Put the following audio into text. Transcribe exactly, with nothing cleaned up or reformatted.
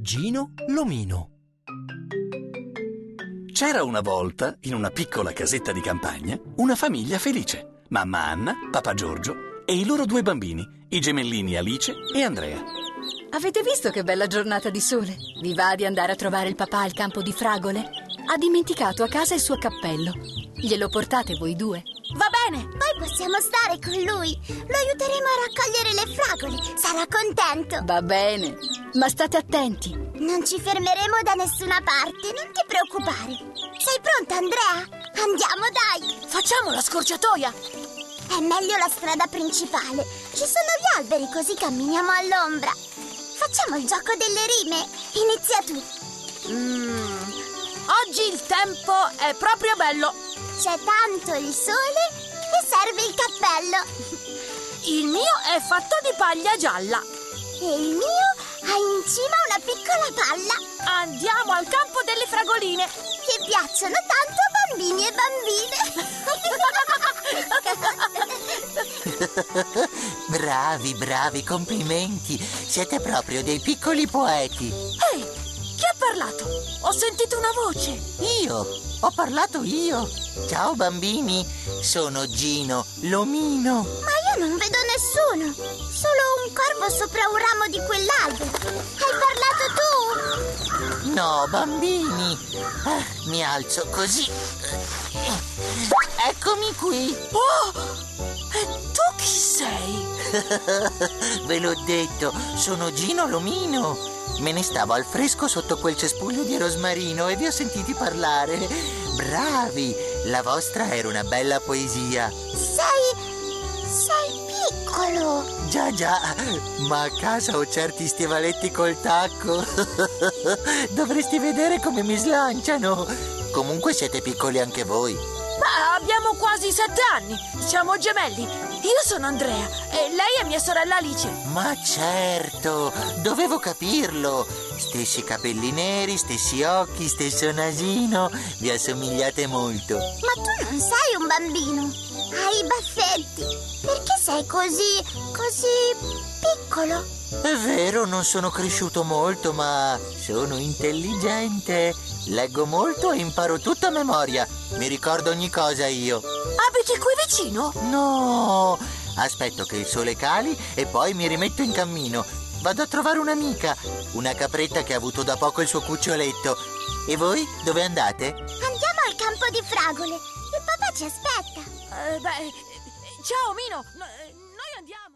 Gino l'omino. C'era una volta, in una piccola casetta di campagna, una famiglia felice. Mamma Anna, papà Giorgio e i loro due bambini, i gemellini Alice e Andrea. Avete visto che bella giornata di sole? Vi va di andare a trovare il papà al campo di fragole? Ha dimenticato a casa il suo cappello. Glielo portate voi due? Va bene! Poi possiamo stare con lui. Lo aiuteremo a raccogliere le fragole. Sarà contento. Va bene, ma state attenti. Non ci fermeremo da nessuna parte, non ti preoccupare. Sei pronta, Andrea? Andiamo, dai! Facciamo la scorciatoia! È meglio la strada principale. Ci sono gli alberi, così camminiamo all'ombra. Facciamo il gioco delle rime. Inizia tu. Mm. Oggi il tempo è proprio bello. C'è tanto il sole e serve il cappello. Il mio è fatto di paglia gialla. E il mio ha in cima una piccola palla. Andiamo al campo delle fragoline. Che piacciono tanto a bambini e bambine. Bravi, bravi, complimenti. Siete proprio dei piccoli poeti. Ehi, chi ha parlato? Ho sentito una voce. Io, ho parlato io. Ciao bambini, sono Gino l'omino. Ma io non vedo nessuno, solo un corvo sopra un ramo di quell'albero. Hai parlato tu? No, bambini. Ah, mi alzo così. Eccomi qui. Oh, e tu chi sei? Ve l'ho detto, sono Gino l'omino. Me ne stavo al fresco sotto quel cespuglio di rosmarino e vi ho sentiti parlare. Bravi, la vostra era una bella poesia. Sei... sei piccolo. Già già, ma a casa ho certi stivaletti col tacco. Dovresti vedere come mi slanciano. Comunque siete piccoli anche voi. Ma abbiamo quasi sette anni, siamo gemelli. Io sono Andrea e lei è mia sorella Alice. Ma certo, dovevo capirlo. Stessi capelli neri, stessi occhi, stesso nasino. Vi assomigliate molto. Ma tu non sei un bambino, hai i baffetti. Perché sei così, così piccolo? È vero, non sono cresciuto molto, ma sono intelligente. Leggo molto e imparo tutto a memoria. Mi ricordo ogni cosa io. Abiti qui vicino? No, aspetto che il sole cali e poi mi rimetto in cammino. Vado a trovare un'amica, una capretta che ha avuto da poco il suo cuccioletto. E voi dove andate? Andiamo al campo di fragole. Il papà ci aspetta. Eh, beh, ciao Mino.